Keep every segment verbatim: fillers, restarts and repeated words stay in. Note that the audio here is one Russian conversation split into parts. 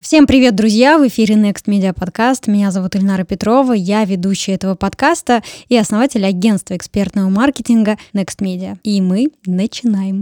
Всем привет, друзья! В эфире Next Media Podcast. Меня зовут Ильнара Петрова, я ведущая этого подкаста и основатель агентства экспертного маркетинга Next Media. И мы начинаем.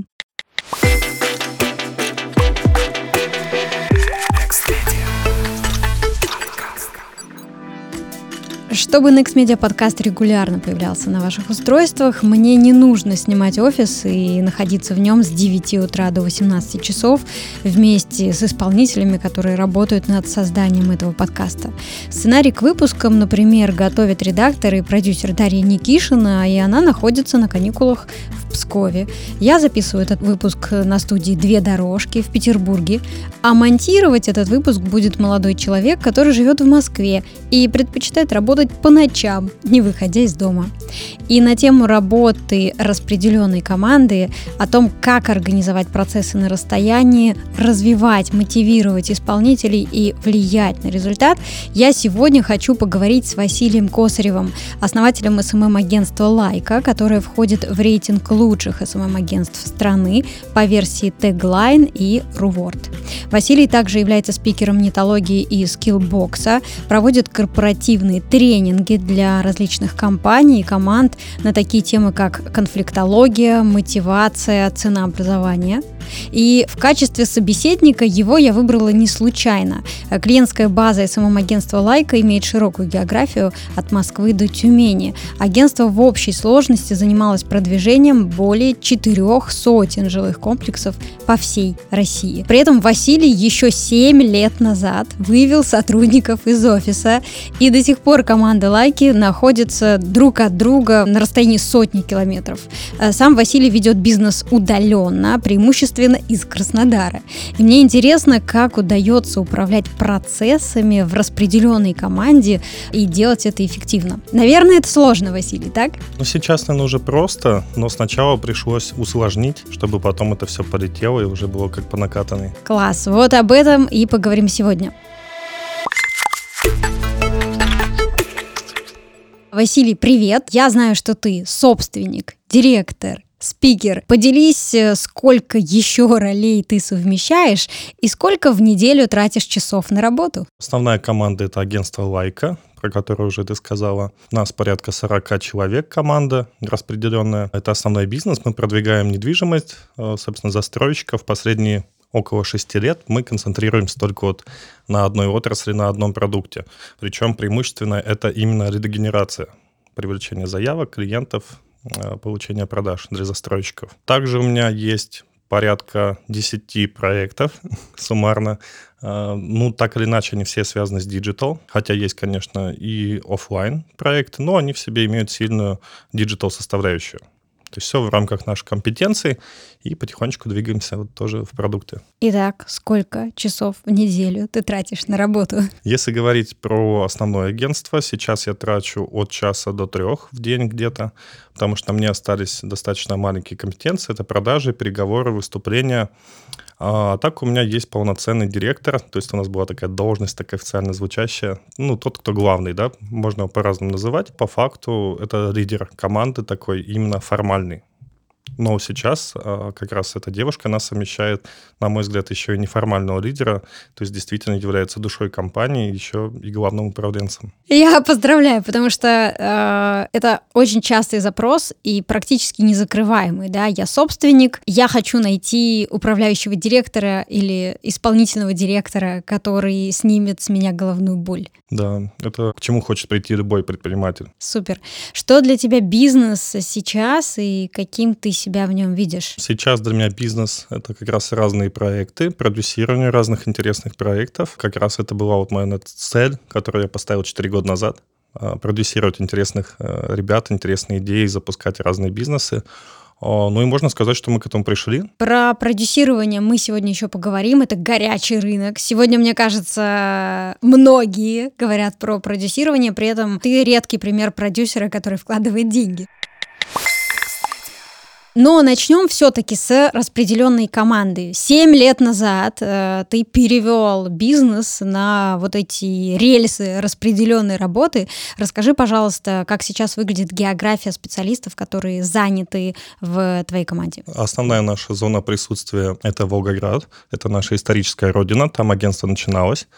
Чтобы Next Media подкаст регулярно появлялся на ваших устройствах, мне не нужно снимать офис и находиться в нем с девяти утра до восемнадцати часов вместе с исполнителями, которые работают над созданием этого подкаста. Сценарий к выпускам, например, готовит редактор и продюсер Дарья Никишина, и она находится на каникулах в Пскове. Я записываю этот выпуск на студии «Две дорожки» в Петербурге, а монтировать этот выпуск будет молодой человек, который живет в Москве и предпочитает работать по ночам, не выходя из дома. И на тему работы распределенной команды, о том, как организовать процессы на расстоянии, развивать, мотивировать исполнителей и влиять на результат, я сегодня хочу поговорить с Василием Косаревым, основателем эс эм эм-агентства Лайка, которое входит в рейтинг лучших эс эм эм-агентств страны по версии Tagline и Reward. Василий также является спикером нетологии и скиллбокса, проводит корпоративные тренинги для различных компаний и команд на такие темы, как конфликтология, мотивация, ценообразование. И в качестве собеседника его я выбрала не случайно. Клиентская база эс эм эм-агентства Лайка имеет широкую географию от Москвы до Тюмени. Агентство в общей сложности занималось продвижением более четырех сотен жилых комплексов по всей России. При этом Василий еще семь лет назад вывел сотрудников из офиса, и до сих пор команда Лайки находится друг от друга на расстоянии сотни километров. Сам Василий ведет бизнес удаленно, преимущественно из Краснодара. И мне интересно, как удается управлять процессами в распределенной команде и делать это эффективно. Наверное, это сложно, Василий, так? Ну, сейчас, наверное, уже просто, но сначала пришлось усложнить, чтобы потом это все полетело и уже было как по накатанной. Класс, вот об этом и поговорим сегодня. Василий, привет! Я знаю, что ты собственник, директор, спикер. Поделись, сколько еще ролей ты совмещаешь и сколько в неделю тратишь часов на работу? Основная команда — это агентство Лайка, про которое уже ты сказала. У нас порядка сорок человек команда распределенная. Это основной бизнес. Мы продвигаем недвижимость, собственно, застройщиков. Последние около шести лет мы концентрируемся только вот на одной отрасли, на одном продукте. Причем преимущественно это именно лидогенерация, привлечение заявок, клиентов, получение продаж для застройщиков. Также у меня есть порядка десяти проектов суммарно. Ну, так или иначе, они все связаны с диджитал, хотя есть, конечно, и офлайн проекты, но они в себе имеют сильную диджитал составляющую. То есть все в рамках наших компетенций, и потихонечку двигаемся вот тоже в продукты. Итак, сколько часов в неделю ты тратишь на работу? Если говорить про основное агентство, сейчас я трачу от часа до трех в день где-то, потому что мне остались достаточно маленькие компетенции. Это продажи, переговоры, выступления. А так у меня есть полноценный директор, то есть у нас была такая должность, такая официально звучащая, ну, тот, кто главный, да, можно его по-разному называть. По факту это лидер команды такой, именно формальный. Но сейчас а, как раз эта девушка, она совмещает, на мой взгляд, еще и неформального лидера, то есть действительно является душой компании, еще и главным управленцем. Я поздравляю, потому что э, это очень частый запрос и практически незакрываемый. Да? Я собственник, я хочу найти управляющего директора или исполнительного директора, который снимет с меня головную боль. Да, это к чему хочет прийти любой предприниматель. Супер. Что для тебя бизнес сейчас и каким ты себя в нем видишь? Сейчас для меня бизнес — это как раз разные проекты, продюсирование разных интересных проектов. Как раз это была вот моя цель, которую я поставил четыре года назад. Продюсировать интересных ребят, интересные идеи, запускать разные бизнесы. Ну и можно сказать, что мы к этому пришли. Про продюсирование мы сегодня еще поговорим. Это горячий рынок. Сегодня, мне кажется, многие говорят про продюсирование, при этом ты редкий пример продюсера, который вкладывает деньги. Но начнем все-таки с распределенной команды. Семь лет назад э, ты перевел бизнес на вот эти рельсы распределенной работы. Расскажи, пожалуйста, как сейчас выглядит география специалистов, которые заняты в твоей команде? Основная наша зона присутствия — это Волгоград. Это наша историческая родина, там агентство начиналось.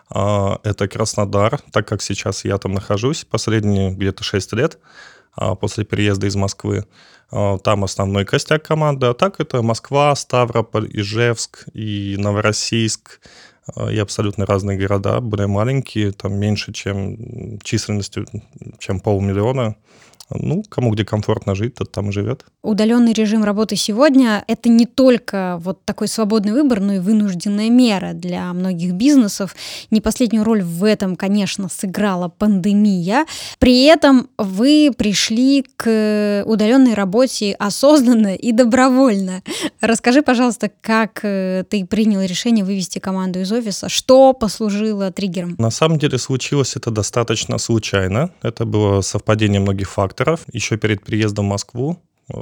Это Краснодар, так как сейчас я там нахожусь последние где-то шесть лет после переезда из Москвы. Там основной костяк команды, а так это Москва, Ставрополь, Ижевск и Новороссийск. И абсолютно разные города, более маленькие, там меньше, чем численностью, чем полмиллиона. Ну, кому где комфортно жить, тот там и живет. Удаленный режим работы сегодня — это не только вот такой свободный выбор, но и вынужденная мера для многих бизнесов. Не последнюю роль в этом, конечно, сыграла пандемия. При этом вы пришли к удаленной работе осознанно и добровольно. Расскажи, пожалуйста, как ты принял решение вывести команду из офиса? Что послужило триггером? На самом деле случилось это достаточно случайно. Это было совпадение многих факторов. Еще перед приездом в Москву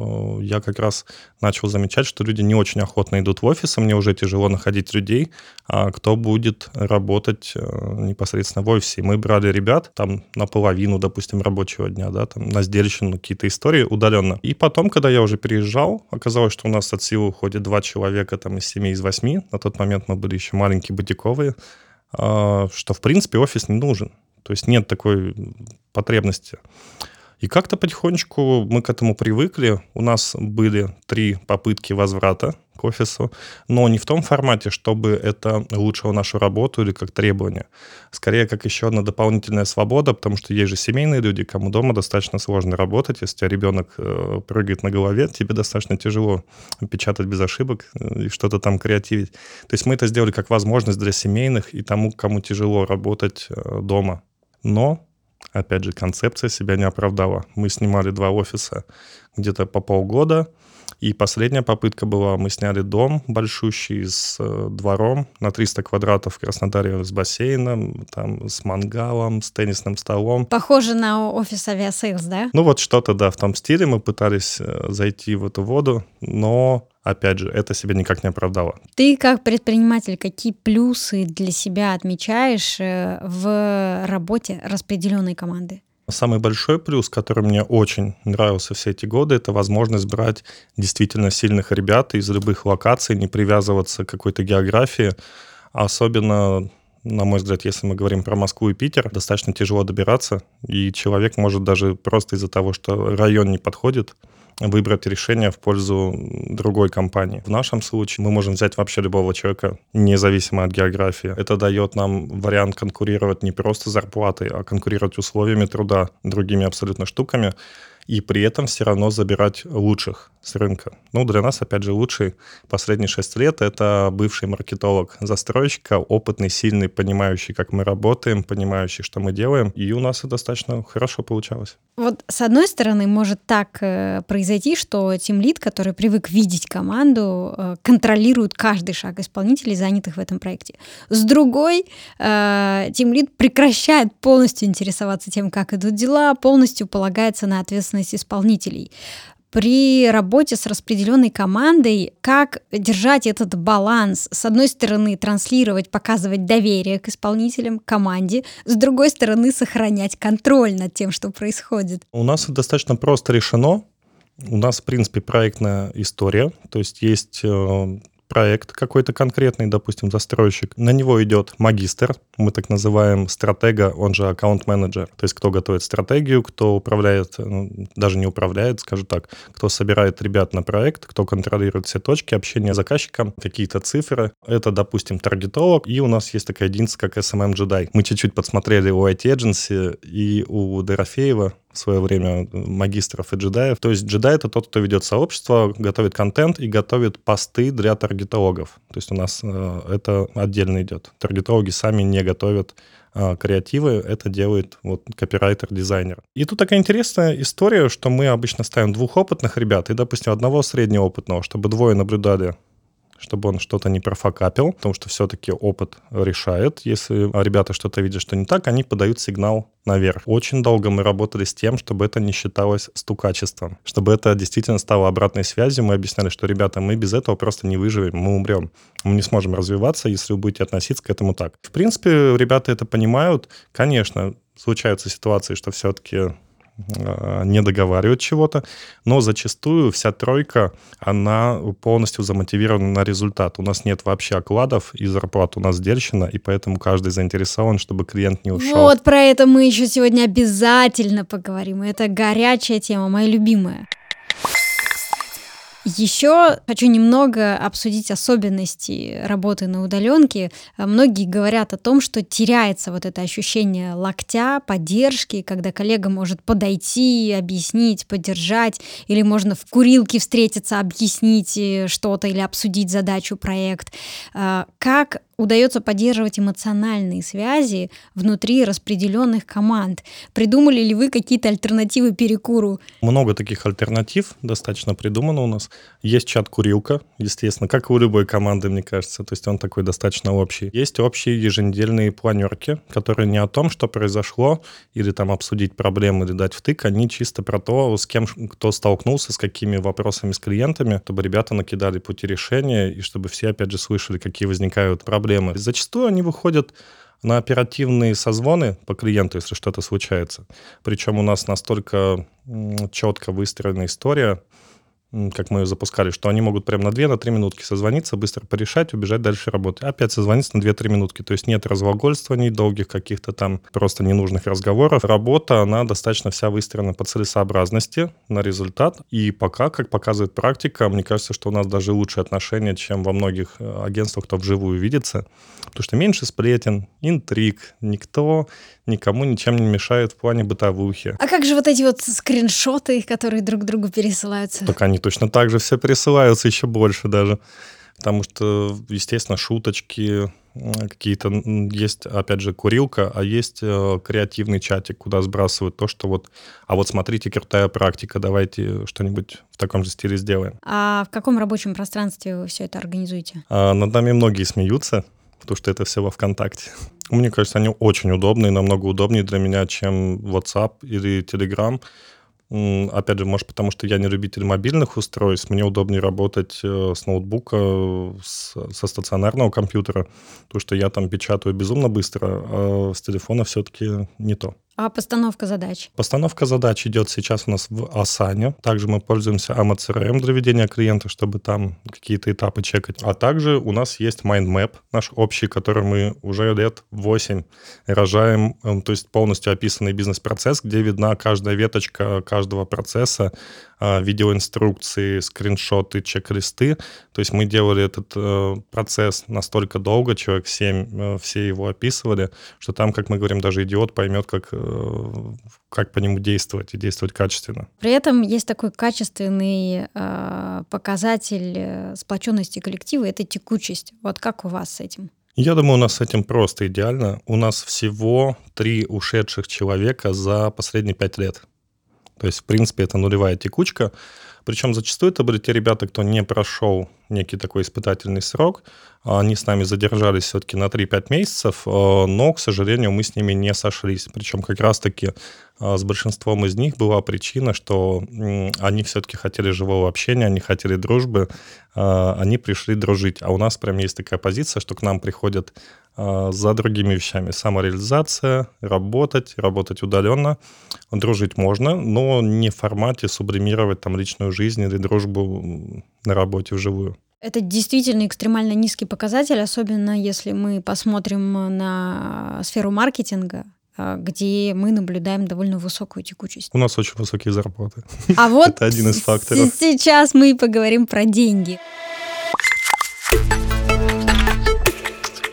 я как раз начал замечать, что люди не очень охотно идут в офис, а мне уже тяжело находить людей, кто будет работать непосредственно в офисе. Мы брали ребят там наполовину, допустим, рабочего дня, да, там на сдельщину, какие-то истории удаленно. И потом, когда я уже переезжал, оказалось, что у нас от силы уходит два человека там из семи, из восьми. На тот момент мы были еще маленькие, бутиковые, что, в принципе, офис не нужен. То есть нет такой потребности. И как-то потихонечку мы к этому привыкли. У нас были три попытки возврата к офису, но не в том формате, чтобы это улучшило нашу работу или как требование. Скорее, как еще одна дополнительная свобода, потому что есть же семейные люди, кому дома достаточно сложно работать. Если у тебя ребенок прыгает на голове, тебе достаточно тяжело печатать без ошибок и что-то там креативить. То есть мы это сделали как возможность для семейных и тому, кому тяжело работать дома. Но опять же, концепция себя не оправдала. Мы снимали два офиса где-то по полгода, и последняя попытка была, мы сняли дом большущий с двором на триста квадратов в Краснодаре, с бассейном, там, с мангалом, с теннисным столом. Похоже на офис Авиасейлс, да? Ну вот что-то, да, в том стиле. Мы пытались зайти в эту воду, но... Опять же, это себя никак не оправдало. Ты как предприниматель какие плюсы для себя отмечаешь в работе распределенной команды? Самый большой плюс, который мне очень нравился все эти годы, это возможность брать действительно сильных ребят из любых локаций, не привязываться к какой-то географии. Особенно, на мой взгляд, если мы говорим про Москву и Питер, достаточно тяжело добираться, и человек может даже просто из-за того, что район не подходит, выбрать решение в пользу другой компании. В нашем случае мы можем взять вообще любого человека, независимо от географии. Это дает нам вариант конкурировать не просто зарплатой, а конкурировать условиями труда, другими абсолютно штуками, и при этом все равно забирать лучших с рынка. Ну, для нас, опять же, лучший последние шесть лет — это бывший маркетолог застройщика, опытный, сильный, понимающий, как мы работаем, понимающий, что мы делаем, и у нас это достаточно хорошо получалось. Вот с одной стороны, может так э, произойти, что тимлид, который привык видеть команду, э, контролирует каждый шаг исполнителей, занятых в этом проекте. С другой, э, тимлид прекращает полностью интересоваться тем, как идут дела, полностью полагается на ответственность исполнителей. При работе с распределенной командой, как держать этот баланс? С одной стороны, транслировать, показывать доверие к исполнителям, команде, с другой стороны, сохранять контроль над тем, что происходит. У нас это достаточно просто решено. У нас, в принципе, проектная история, то есть есть э, проект какой-то конкретный, допустим, застройщик. На него идет магистр, мы так называем стратега, он же аккаунт-менеджер. То есть кто готовит стратегию, кто управляет, ну, даже не управляет, скажу так, кто собирает ребят на проект, кто контролирует все точки общения с заказчиком, какие-то цифры. Это, допустим, таргетолог. И у нас есть такая единица, как эс эм эм Jedi. Мы чуть-чуть подсмотрели у ай ти-Agency и у Дорофеева в свое время магистров и джедаев. То есть джедай — это тот, кто ведет сообщество, готовит контент и готовит посты для таргетологов. То есть у нас э, это отдельно идет. Таргетологи сами не готовят э, креативы, это делает вот копирайтер, дизайнер. И тут такая интересная история, что мы обычно ставим двух опытных ребят и, допустим, одного среднеопытного, чтобы двое наблюдали чтобы он что-то не профокапил, потому что все-таки опыт решает. Если ребята что-то видят, что не так, они подают сигнал наверх. Очень долго мы работали с тем, чтобы это не считалось стукачеством, чтобы это действительно стало обратной связью. Мы объясняли, что, ребята, мы без этого просто не выживем, мы умрем. Мы не сможем развиваться, если вы будете относиться к этому так. В принципе, ребята это понимают. Конечно, случаются ситуации, что все-таки не договаривают чего-то, но зачастую вся тройка, она полностью замотивирована на результат. У нас нет вообще окладов и зарплат, у нас сдельщина, и поэтому каждый заинтересован, чтобы клиент не ушел. Вот про это мы еще сегодня обязательно поговорим. Это горячая тема, моя любимая. Еще хочу немного обсудить особенности работы на удаленке. Многие говорят о том, что теряется вот это ощущение локтя, поддержки, когда коллега может подойти, объяснить, поддержать, или можно в курилке встретиться, объяснить что-то или обсудить задачу, проект. Как удается поддерживать эмоциональные связи внутри распределенных команд? Придумали ли вы какие-то альтернативы перекуру? Много таких альтернатив достаточно придумано у нас. Есть чат-курилка, естественно, как и у любой команды, мне кажется. То есть он такой достаточно общий. Есть общие еженедельные планерки, которые не о том, что произошло, или там обсудить проблемы, или дать втык. Они чисто про то, с кем кто столкнулся, с какими вопросами с клиентами, чтобы ребята накидали пути решения, и чтобы все, опять же, слышали, какие возникают проблемы. Проблемы. Зачастую они выходят на оперативные созвоны по клиенту, если что-то случается. Причем у нас настолько четко выстроена история, как мы ее запускали, что они могут прямо на две-три минутки созвониться, быстро порешать, убежать дальше работать. Опять созвониться на две-три минутки. То есть нет разглагольствований, долгих каких-то там просто ненужных разговоров. Работа, она достаточно вся выстроена по целесообразности, на результат. И пока, как показывает практика, мне кажется, что у нас даже лучшие отношения, чем во многих агентствах, кто вживую видится. Потому что меньше сплетен, интриг, никто никому ничем не мешает в плане бытовухи. А как же вот эти вот скриншоты, которые друг другу пересылаются? Так они точно так же все пересылаются, еще больше даже. Потому что, естественно, шуточки какие-то есть, опять же, курилка, а есть э, креативный чатик, куда сбрасывают то, что вот, а вот смотрите, крутая практика, давайте что-нибудь в таком же стиле сделаем. А в каком рабочем пространстве вы все это организуете? А, над нами многие смеются, потому что это все во ВКонтакте. Мне кажется, они очень удобные, намного удобнее для меня, чем WhatsApp или Telegram. Опять же, может, потому что я не любитель мобильных устройств, мне удобнее работать с ноутбука, с, со стационарного компьютера, потому что я там печатаю безумно быстро, а с телефона все-таки не то. А постановка задач? Постановка задач идет сейчас у нас в Asana. Также мы пользуемся эй эм си ар эм для ведения клиента, чтобы там какие-то этапы чекать. А также у нас есть Mindmap, наш общий, который мы уже лет восемь рожаем, то есть полностью описанный бизнес-процесс, где видна каждая веточка каждого процесса, видеоинструкции, скриншоты, чек-листы. То есть мы делали этот э, процесс настолько долго, человек семь, э, все его описывали, что там, как мы говорим, даже идиот поймет, как, э, как по нему действовать и действовать качественно. При этом есть такой качественный э, показатель сплоченности коллектива — это текучесть. Вот как у вас с этим? Я думаю, у нас с этим просто идеально. У нас всего три ушедших человека за последние пять лет. То есть, в принципе, это нулевая текучка. Причем зачастую это были те ребята, кто не прошел некий такой испытательный срок. Они с нами задержались все-таки на три-пять месяцев, но, к сожалению, мы с ними не сошлись. Причем как раз-таки с большинством из них была причина, что они все-таки хотели живого общения, они хотели дружбы, они пришли дружить. А у нас прям есть такая позиция, что к нам приходят за другими вещами. Самореализация, работать, работать удаленно. Дружить можно, но не в формате сублимировать там личную жизнь или дружбу на работе вживую. Это действительно экстремально низкий показатель, особенно если мы посмотрим на сферу маркетинга, где мы наблюдаем довольно высокую текучесть. У нас очень высокие зарплаты. А вот это один из факторов. Сейчас мы поговорим про деньги.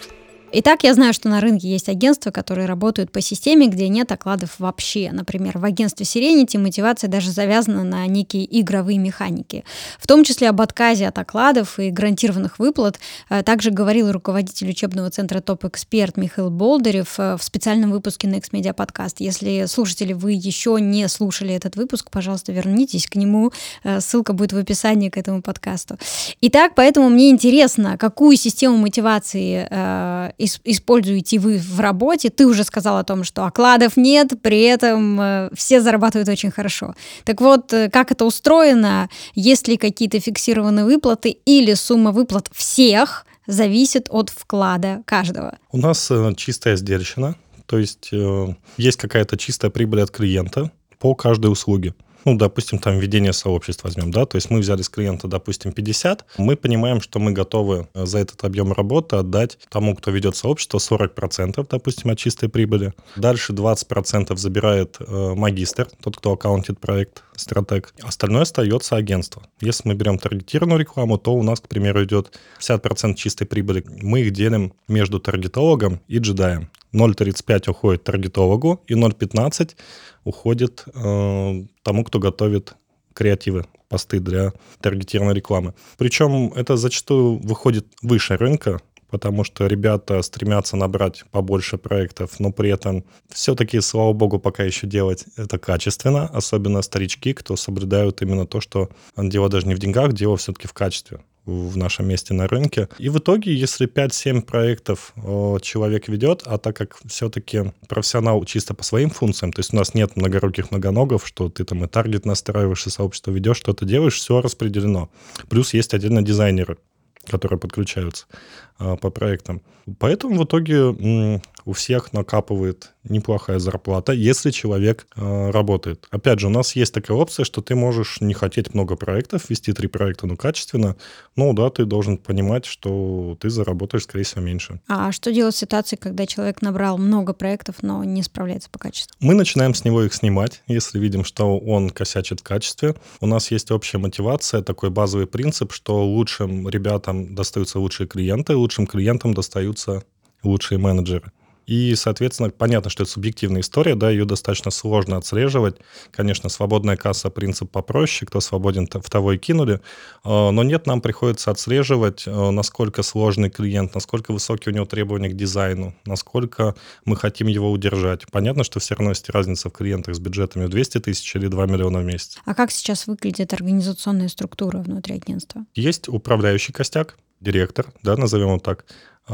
Итак, я знаю, что на рынке есть агентства, которые работают по системе, где нет окладов вообще. Например, в агентстве Serenity мотивация даже завязана на некие игровые механики. В том числе об отказе от окладов и гарантированных выплат также говорил руководитель учебного центра «Топ-эксперт» Михаил Болдырев в специальном выпуске Next Media Podcast. Если слушатели, вы еще не слушали этот выпуск, пожалуйста, вернитесь к нему. Ссылка будет в описании к этому подкасту. Итак, поэтому мне интересно, какую систему мотивации э, используете вы в работе. Ты уже сказал о том, что окладов нет, при этом э, все зарабатывают очень хорошо. Так вот, э, как это устроено? Есть ли какие-то фиксированные выплаты или сумма выплат всех зависит от вклада каждого? У нас э, чистая сдельщина, то есть э, есть какая-то чистая прибыль от клиента по каждой услуге. Ну, допустим, там ведение сообществ возьмем, да, то есть мы взяли с клиента, допустим, пятьдесят, мы понимаем, что мы готовы за этот объем работы отдать тому, кто ведет сообщество, сорок процентов, допустим, от чистой прибыли. Дальше двадцать процентов забирает э, магистр, тот, кто аккаунтит проект, стратег. Остальное остается агентство. Если мы берем таргетированную рекламу, то у нас, к примеру, идет пятьдесят процентов чистой прибыли. Мы их делим между таргетологом и джедаем. ноль целых тридцать пять сотых уходит таргетологу и ноль целых пятнадцать сотых уходит э, тому, кто готовит креативы, посты для таргетированной рекламы. Причем это зачастую выходит выше рынка, потому что ребята стремятся набрать побольше проектов, но при этом все-таки, слава богу, пока еще делать это качественно, особенно старички, кто соблюдают именно то, что дело даже не в деньгах, дело все-таки в качестве в нашем месте на рынке. И в итоге, если пять-семь проектов о, человек ведет, а так как все-таки профессионал чисто по своим функциям, то есть у нас нет многоруких многоногов, что ты там и таргет настраиваешь, и сообщество ведешь, что-то делаешь, все распределено. Плюс есть отдельно дизайнеры, которые подключаются а, по проектам. Поэтому в итоге м, у всех накапывает неплохая зарплата, если человек а, работает. Опять же, у нас есть такая опция, что ты можешь не хотеть много проектов, вести три проекта, но качественно. Ну да, ты должен понимать, что ты заработаешь, скорее всего, меньше. А что делать в ситуации, когда человек набрал много проектов, но не справляется по качеству? Мы начинаем с него их снимать, если видим, что он косячит в качестве. У нас есть общая мотивация, такой базовый принцип, что лучшим ребятам достаются лучшие клиенты, лучшим клиентам достаются лучшие менеджеры. И, соответственно, понятно, что это субъективная история, да, ее достаточно сложно отслеживать. Конечно, свободная касса — принцип попроще, кто свободен, в того и кинули. Но нет, нам приходится отслеживать, насколько сложный клиент, насколько высокие у него требования к дизайну, насколько мы хотим его удержать. Понятно, что все равно есть разница в клиентах с бюджетами в двести тысяч или два миллиона в месяц. А как сейчас выглядит организационная структура внутри агентства? Есть управляющий костяк, директор, да, назовем его так.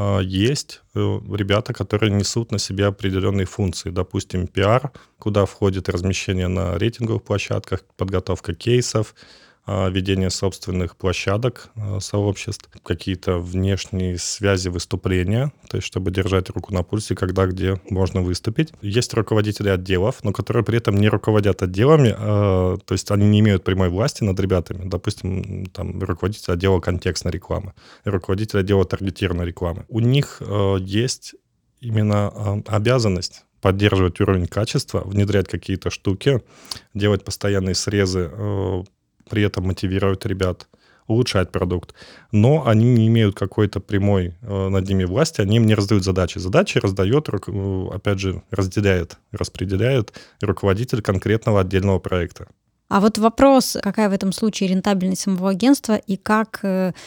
Есть ребята, которые несут на себе определенные функции. Допустим, пиар, куда входит размещение на рейтинговых площадках, подготовка кейсов, ведение собственных площадок, сообществ, какие-то внешние связи, выступления, то есть чтобы держать руку на пульсе, когда, где можно выступить. Есть руководители отделов, но которые при этом не руководят отделами, то есть они не имеют прямой власти над ребятами. Допустим, там руководитель отдела контекстной рекламы, руководитель отдела таргетированной рекламы. У них есть именно обязанность поддерживать уровень качества, внедрять какие-то штуки, делать постоянные срезы, при этом мотивировать ребят, улучшать продукт. Но они не имеют какой-то прямой э, над ними власти, они им не раздают задачи. Задачи раздает, опять же, разделяет, распределяет руководитель конкретного отдельного проекта. А вот вопрос, какая в этом случае рентабельность самого агентства и как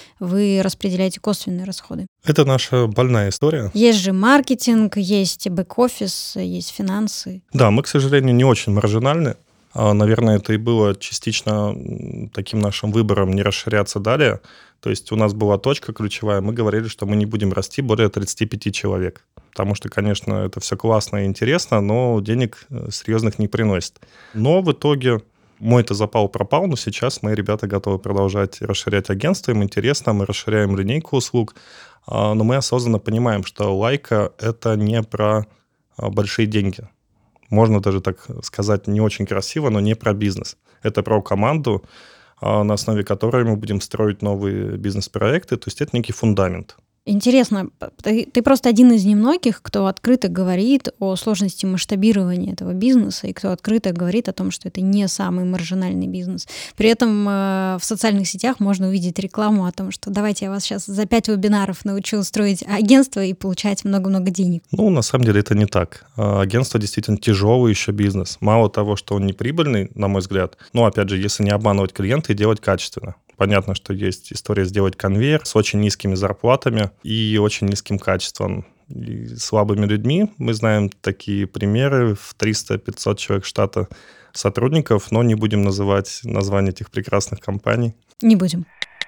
вы распределяете косвенные расходы? Это наша больная история. Есть же маркетинг, есть бэк-офис, есть финансы. Да, мы, к сожалению, не очень маржинальны. Наверное, это и было частично таким нашим выбором не расширяться далее. То есть у нас была точка ключевая, мы говорили, что мы не будем расти более тридцать пять человек. Потому что, конечно, это все классно и интересно, но денег серьезных не приносит. Но в итоге мой-то запал пропал, но сейчас мои ребята готовы продолжать расширять агентство, им интересно, мы расширяем линейку услуг, но мы осознанно понимаем, что лайка — это не про большие деньги. Можно даже так сказать не очень красиво, но не про бизнес. Это про команду, на основе которой мы будем строить новые бизнес-проекты. То есть это некий фундамент. Интересно, ты, ты просто один из немногих, кто открыто говорит о сложности масштабирования этого бизнеса и кто открыто говорит о том, что это не самый маржинальный бизнес. При этом э, в социальных сетях можно увидеть рекламу о том, что давайте я вас сейчас за пять вебинаров научу строить агентство и получать много-много денег. Ну, на самом деле это не так. Агентство действительно тяжелый еще бизнес. Мало того, что он неприбыльный, на мой взгляд, но, опять же, если не обманывать клиента и делать качественно. Понятно, что есть история сделать конвейер с очень низкими зарплатами и очень низким качеством. И слабыми людьми. Мы знаем такие примеры в триста-пятьсот человек штата сотрудников, но не будем называть названия этих прекрасных компаний. Не будем.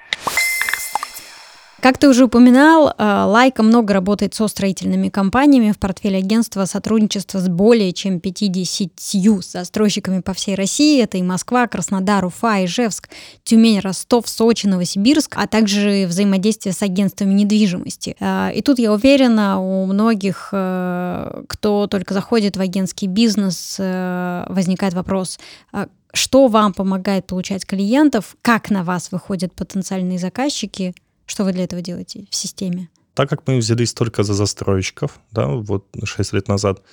Как ты уже упоминал, Лайка много работает со строительными компаниями. В портфеле агентства сотрудничество с более чем пятьюдесятью застройщиками по всей России. Это и Москва, Краснодар, Уфа, Ижевск, Тюмень, Ростов, Сочи, Новосибирск, а также взаимодействие с агентствами недвижимости. И тут, я уверена, у многих, кто только заходит в агентский бизнес, возникает вопрос: что вам помогает получать клиентов, как на вас выходят потенциальные заказчики? Что вы для этого делаете в системе? Так как мы взялись только за застройщиков, да, вот шесть лет назад,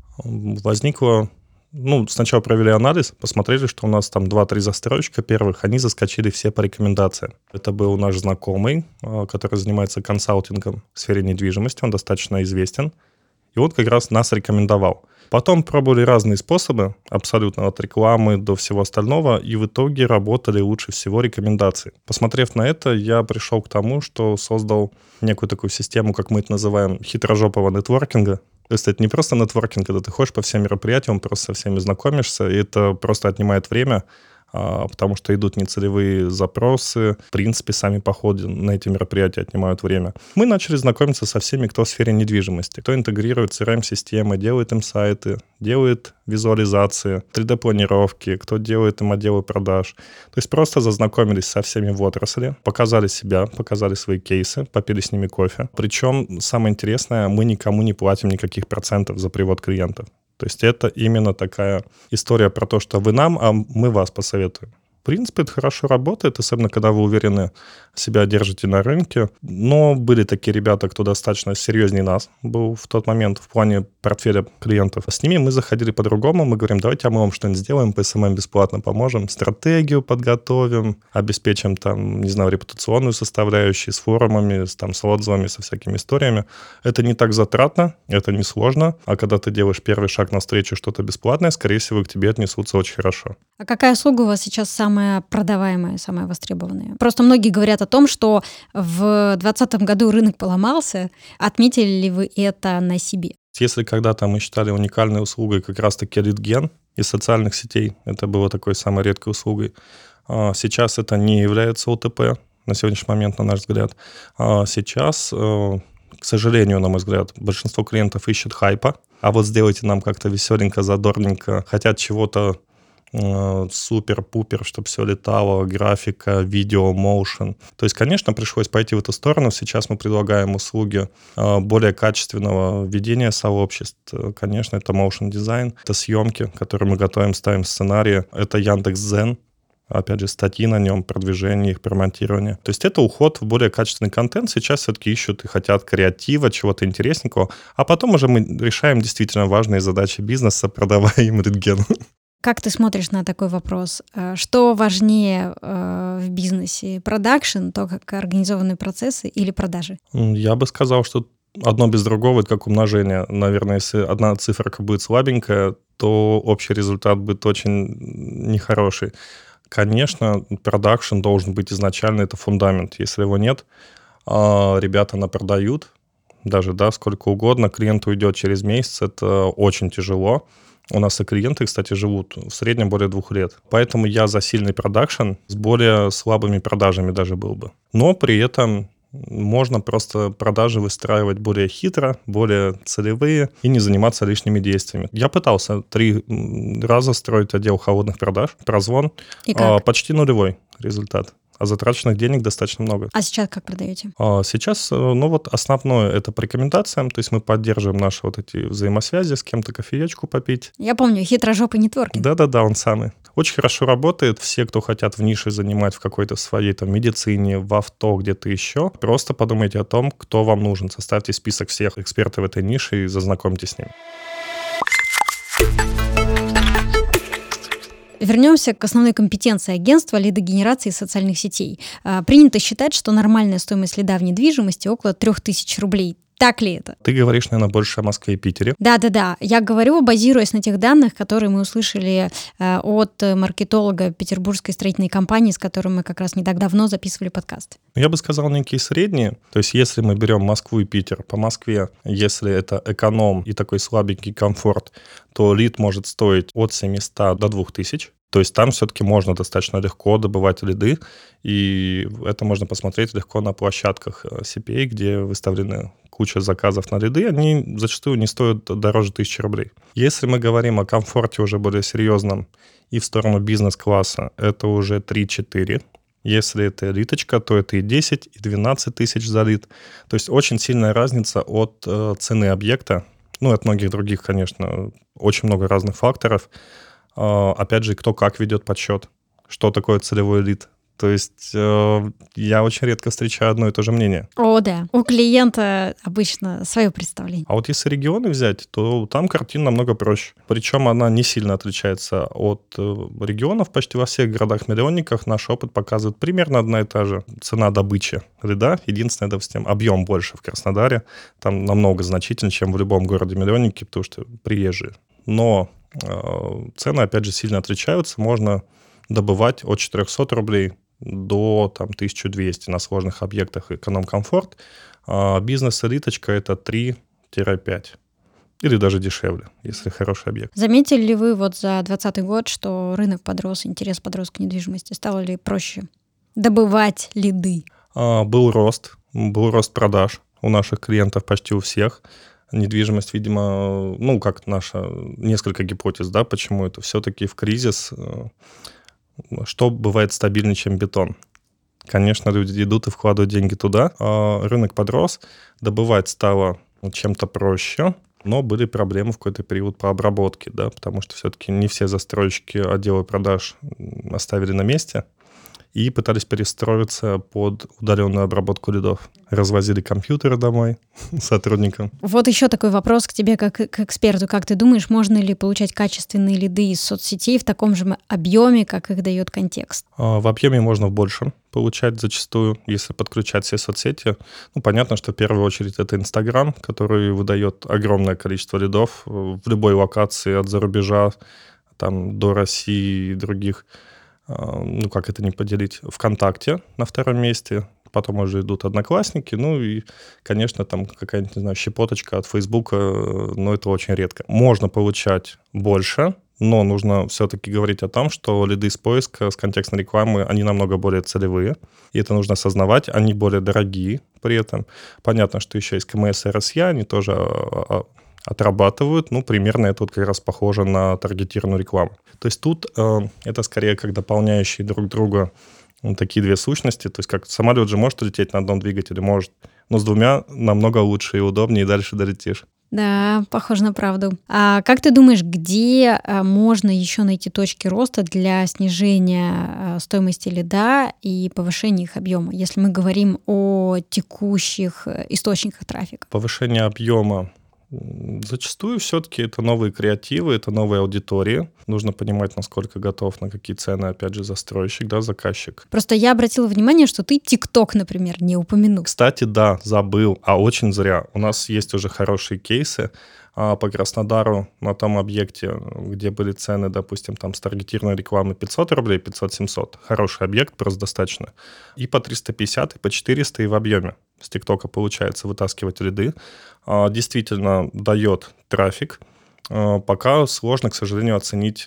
возникло... Ну, сначала провели анализ, посмотрели, что у нас там два-три застройщика первых, они заскочили все по рекомендациям. Это был наш знакомый, который занимается консалтингом в сфере недвижимости, он достаточно известен, и он как раз нас рекомендовал. Потом пробовали разные способы, абсолютно от рекламы до всего остального, и в итоге работали лучше всего рекомендации. Посмотрев на это, я пришел к тому, что создал некую такую систему, как мы это называем, хитрожопого нетворкинга. То есть это не просто нетворкинг, когда ты ходишь по всем мероприятиям, просто со всеми знакомишься, и это просто отнимает время, потому что идут нецелевые запросы. В принципе, сами походы на эти мероприятия отнимают время. Мы начали знакомиться со всеми, кто в сфере недвижимости. Кто интегрирует си эр эм-системы, делает им сайты, делает визуализации, три дэ-планировки, кто делает им отделы продаж. То есть просто зазнакомились со всеми в отрасли, показали себя, показали свои кейсы, попили с ними кофе. Причем, самое интересное, мы никому не платим никаких процентов за привод клиентов. То есть это именно такая история про то, что вы нам, а мы вас посоветуем. В принципе, это хорошо работает, особенно когда вы уверены себя держите на рынке. Но были такие ребята, кто достаточно серьезнее нас был в тот момент в плане портфеля клиентов. С ними мы заходили по-другому. Мы говорим, давайте а мы вам что-нибудь сделаем, по эс эм эм бесплатно поможем, стратегию подготовим, обеспечим там, не знаю, репутационную составляющую с форумами, с, там, с отзывами, со всякими историями. Это не так затратно, это не сложно. А когда ты делаешь первый шаг навстречу что-то бесплатное, скорее всего, к тебе отнесутся очень хорошо. А какая услуга у вас сейчас самая продаваемая, самая востребованная? Просто многие говорят о том, что в двадцатом году рынок поломался. Отметили ли вы это на себе? Если когда-то мы считали уникальной услугой как раз-таки лид-ген из социальных сетей, это было такой самой редкой услугой, сейчас это не является о тэ пэ на сегодняшний момент, на наш взгляд. Сейчас, к сожалению, на мой взгляд, большинство клиентов ищет хайпа, а вот сделайте нам как-то веселенько, задорненько, хотят чего-то супер-пупер, чтобы все летало, графика, видео, моушен. То есть, конечно, пришлось пойти в эту сторону. Сейчас мы предлагаем услуги более качественного ведения сообществ. Конечно, это моушен дизайн, это съемки, которые мы готовим, ставим сценарии. Это Яндекс.Дзен, опять же, статьи на нем, продвижение их, промонтирование. То есть это уход в более качественный контент. Сейчас все-таки ищут и хотят креатива, чего-то интересненького. А потом уже мы решаем действительно важные задачи бизнеса, продавая им рентген. Как ты смотришь на такой вопрос? Что важнее э, в бизнесе? Продакшн, то, как организованы процессы, или продажи? Я бы сказал, что одно без другого — это как умножение. Наверное, если одна циферка будет слабенькая, то общий результат будет очень нехороший. Конечно, продакшн должен быть изначально, это фундамент. Если его нет, ребята напродают, даже да, сколько угодно, клиент уйдет через месяц, это очень тяжело. У нас и клиенты, кстати, живут в среднем более двух лет. Поэтому я за сильный продакшн с более слабыми продажами даже был бы. Но при этом можно просто продажи выстраивать более хитро, более целевые и не заниматься лишними действиями. Я пытался три раза строить отдел холодных продаж, прозвон. И как? Почти нулевой результат. А затраченных денег достаточно много. А сейчас как продаете? А сейчас, ну вот основное это по рекомендациям, то есть мы поддерживаем наши вот эти взаимосвязи, с кем-то кофеечку попить. Я помню, хитрожопый нетворкинг. Да-да-да, он самый. Очень хорошо работает. Все, кто хотят в нише занимать в какой-то своей там медицине, в авто, где-то еще, просто подумайте о том, кто вам нужен. Составьте список всех экспертов в этой нише и зазнакомьтесь с ними. Вернемся к основной компетенции агентства лидогенерации социальных сетей. Принято считать, что нормальная стоимость лида в недвижимости около трех тысяч рублей. Так ли это? Ты говоришь, наверное, больше о Москве и Питере. Да-да-да. Я говорю, базируясь на тех данных, которые мы услышали э, от маркетолога петербургской строительной компании, с которой мы как раз не так давно записывали подкаст. Я бы сказал, некие средние. То есть если мы берем Москву и Питер, по Москве, если это эконом и такой слабенький комфорт, то лид может стоить от семисот до двух тысяч. То есть там все-таки можно достаточно легко добывать лиды, и это можно посмотреть легко на площадках си пи эй, где выставлены куча заказов на лиды, они зачастую не стоят дороже тысячи рублей. Если мы говорим о комфорте уже более серьезном и в сторону бизнес-класса, это уже три-четыре. Если это элиточка, то это и десять, и двенадцать тысяч за лид. То есть очень сильная разница от э, цены объекта, ну и от многих других, конечно, очень много разных факторов. Э, опять же, кто как ведет подсчет, что такое целевой лид. То есть э, я очень редко встречаю одно и то же мнение. О, да. У клиента обычно свое представление. А вот если регионы взять, то там картина намного проще. Причем она не сильно отличается от э, регионов. Почти во всех городах-миллионниках наш опыт показывает примерно одна и та же цена добычи лида. Единственное, допустим, объем больше в Краснодаре. Там намного значительнее, чем в любом городе-миллионнике, потому что приезжие. Но э, цены, опять же, сильно отличаются. Можно добывать от четырехсот рублей до там, тысяча двести на сложных объектах эконом-комфорт. А бизнес-элиточка — это три-пять. Или даже дешевле, если хороший объект. Заметили ли вы вот за двадцатый год, что рынок подрос, интерес подрос к недвижимости? Стало ли проще добывать лиды? А, был рост, был рост продаж у наших клиентов, почти у всех. Недвижимость, видимо, ну, как наша, несколько гипотез, да, почему это все-таки в кризис. Что бывает стабильнее, чем бетон? Конечно, люди идут и вкладывают деньги туда. А рынок подрос, добывать стало чем-то проще, но были проблемы в какой-то период по обработке, да, потому что все-таки не все застройщики отделы продаж оставили на месте и пытались перестроиться под удаленную обработку лидов. Развозили компьютеры домой сотрудникам. Вот еще такой вопрос к тебе как к эксперту. Как ты думаешь, можно ли получать качественные лиды из соцсетей в таком же объеме, как их дает контекст? В объеме можно в большем получать зачастую, если подключать все соцсети. Ну, понятно, что в первую очередь это Инстаграм, который выдает огромное количество лидов в любой локации, от зарубежа там, до России и других. Ну, как это не поделить, ВКонтакте на втором месте, потом уже идут Одноклассники, ну и, конечно, там какая-нибудь, не знаю, щепоточка от Фейсбука, но это очень редко. Можно получать больше, но нужно все-таки говорить о том, что лиды с поиска, с контекстной рекламы, они намного более целевые, и это нужно осознавать, они более дорогие при этом. Понятно, что еще есть ка эм эс и эр эс я, они тоже отрабатывают, ну, примерно это вот как раз похоже на таргетированную рекламу. То есть тут э, это скорее как дополняющие друг друга ну, такие две сущности. То есть как самолет же может лететь на одном двигателе, может, но с двумя намного лучше и удобнее, и дальше долетишь. Да, похоже на правду. А как ты думаешь, где можно еще найти точки роста для снижения стоимости лида и повышения их объема, если мы говорим о текущих источниках трафика? Повышение объема. Зачастую все-таки это новые креативы, это новые аудитории. Нужно понимать, насколько готов, на какие цены, опять же, застройщик, да, заказчик. Просто я обратила внимание, что ты ТикТок, например, не упомянул. Кстати, да, забыл, а очень зря. У нас есть уже хорошие кейсы а по Краснодару на том объекте, где были цены, допустим, там с таргетированной рекламы пятьсот рублей, пятьсот-семьсот. Хороший объект, просто достаточно. И по триста пятьдесят, и по четыреста, и в объеме. С ТикТока получается вытаскивать лиды. Действительно дает трафик. Пока сложно, к сожалению, оценить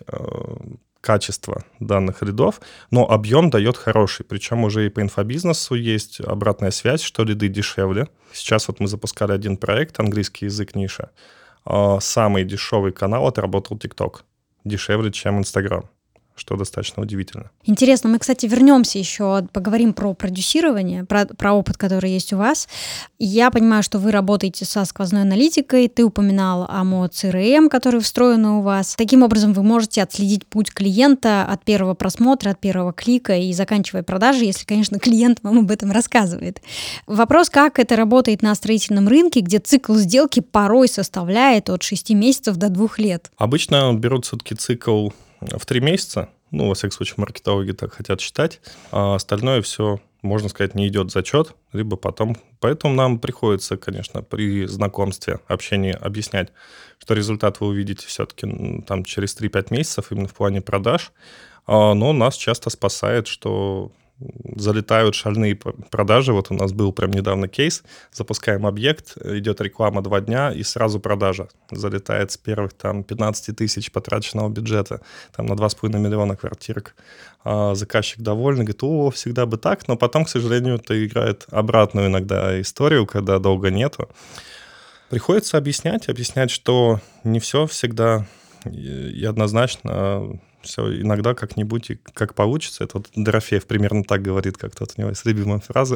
качество данных лидов, но объем дает хороший. Причем уже и по инфобизнесу есть обратная связь, что лиды дешевле. Сейчас вот мы запускали один проект, английский язык ниша. Самый дешевый канал отработал ТикТок. Дешевле, чем Инстаграм. что достаточно удивительно. Интересно, мы, кстати, вернемся еще, поговорим про продюсирование, про, про опыт, который есть у вас. Я понимаю, что вы работаете со сквозной аналитикой, ты упоминал ОМО си эр эм, который встроен у вас. Таким образом, вы можете отследить путь клиента от первого просмотра, от первого клика и заканчивая продажи, если, конечно, клиент вам об этом рассказывает. Вопрос, как это работает на строительном рынке, где цикл сделки порой составляет от шести месяцев до двух лет. Обычно берут все-таки цикл в три месяца, ну, во всяком случае, маркетологи так хотят считать, а остальное все, можно сказать, не идет в зачет, либо потом. Поэтому нам приходится, конечно, при знакомстве, общении объяснять, что результат вы увидите все-таки там через три-пять месяцев именно в плане продаж, но нас часто спасает, что залетают шальные продажи. Вот у нас был прям недавно кейс. Запускаем объект, идет реклама два дня, и сразу продажа. Залетает с первых там пятнадцать тысяч потраченного бюджета там на два с половиной миллиона квартирок. А заказчик довольный, говорит, о, всегда бы так. Но потом, к сожалению, это играет обратную иногда историю, когда долго нету. Приходится объяснять, объяснять, что не все всегда и однозначно. Все иногда как-нибудь и как получится. Это вот Дорофеев примерно так говорит, как тут у него есть любимая фраза.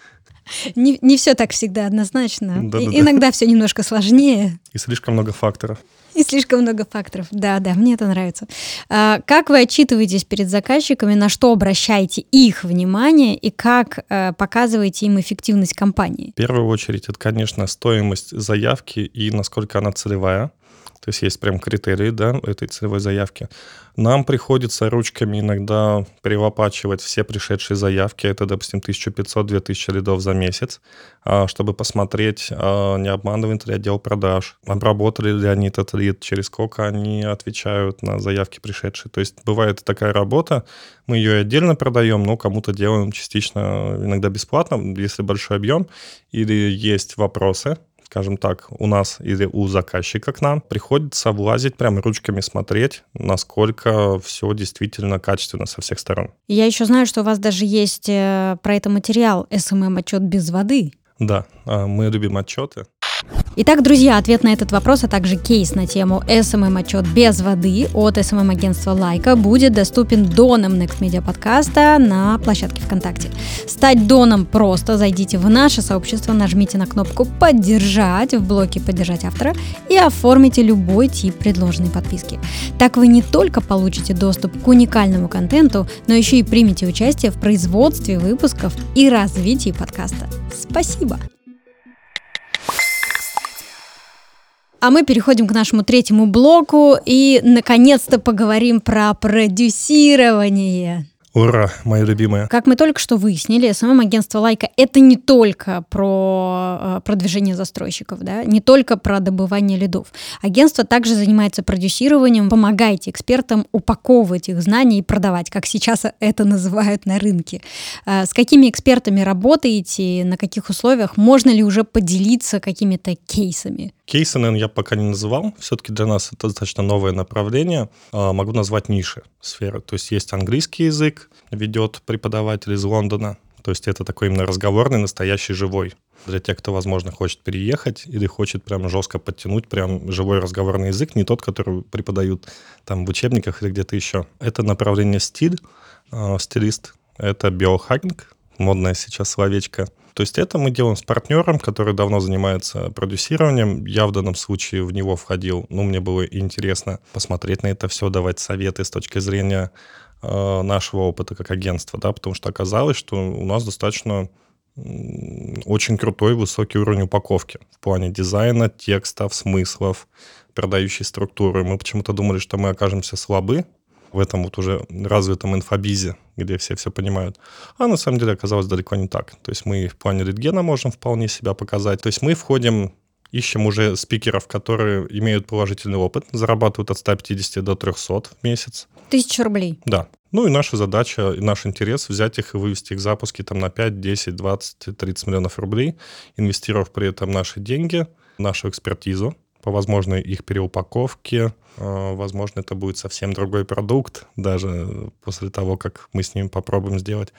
Не, не все так всегда однозначно. Да, и, да, иногда да. все немножко сложнее. И слишком много факторов. И слишком много факторов. Да, да, мне это нравится. А, как вы отчитываетесь перед заказчиками, на что обращаете их внимание и как а, показываете им эффективность компании? В первую очередь, это, конечно, стоимость заявки и насколько она целевая. То есть есть прям критерии, да, этой целевой заявки. Нам приходится ручками иногда перелопачивать все пришедшие заявки. Это, допустим, тысяча пятьсот - две тысячи лидов за месяц, чтобы посмотреть, не обманывает ли отдел продаж, обработали ли они этот лид, через сколько они отвечают на заявки пришедшие. То есть бывает такая работа, мы ее отдельно продаем, но кому-то делаем частично, иногда бесплатно, если большой объем, или есть вопросы, скажем так, у нас или у заказчика к нам, приходится влазить, прям ручками смотреть, насколько все действительно качественно со всех сторон. Я еще знаю, что у вас даже есть про это материал эс эм эм-отчет без воды. Да, мы любим отчеты. Итак, друзья, ответ на этот вопрос, а также кейс на тему эс эм эм-отчет без воды от эс эм эм-агентства Лайка будет доступен доном Next Media подкаста на площадке ВКонтакте. Стать доном просто. Зайдите в наше сообщество, нажмите на кнопку «Поддержать» в блоке «Поддержать автора» и оформите любой тип предложенной подписки. Так вы не только получите доступ к уникальному контенту, но еще и примете участие в производстве выпусков и развитии подкаста. Спасибо! А мы переходим к нашему третьему блоку и, наконец-то, поговорим про продюсирование. Ура, моя любимая. Как мы только что выяснили, эс эм эм-агентство Лайка — это не только про продвижение застройщиков, да, не только про добывание лидов. Агентство также занимается продюсированием, помогайте экспертам упаковывать их знания и продавать, как сейчас это называют на рынке. С какими экспертами работаете, на каких условиях? Можно ли уже поделиться какими-то кейсами? Кейсы, наверное, я пока не называл. Все-таки для нас это достаточно новое направление. Могу назвать ниши сферы. То есть есть английский язык, ведет преподаватель из Лондона. То есть это такой именно разговорный, настоящий, живой. Для тех, кто, возможно, хочет переехать или хочет прям жестко подтянуть прям живой разговорный язык, не тот, который преподают там в учебниках или где-то еще. Это направление стиль, стилист. Это биохакинг, модное сейчас словечко. То есть это мы делаем с партнером, который давно занимается продюсированием. Я в данном случае в него входил. Ну, мне было интересно посмотреть на это все, давать советы с точки зрения э, нашего опыта как агентства, да, потому что оказалось, что у нас достаточно э, очень крутой высокий уровень упаковки в плане дизайна, текстов, смыслов, продающей структуры. Мы почему-то думали, что мы окажемся слабы в этом вот уже развитом инфобизе, где все все понимают. А на самом деле оказалось далеко не так. То есть мы в плане лидгена можем вполне себя показать. То есть мы входим, ищем уже спикеров, которые имеют положительный опыт, зарабатывают от ста пятидесяти до трехсот в месяц. Тысяча рублей. Да. Ну и наша задача, и наш интерес взять их и вывести их запуски там на пять, десять, двадцать, тридцать миллионов рублей, инвестировав при этом наши деньги, нашу экспертизу по возможной их переупаковке. Возможно, это будет совсем другой продукт, даже после того, как мы с ними попробуем сделать.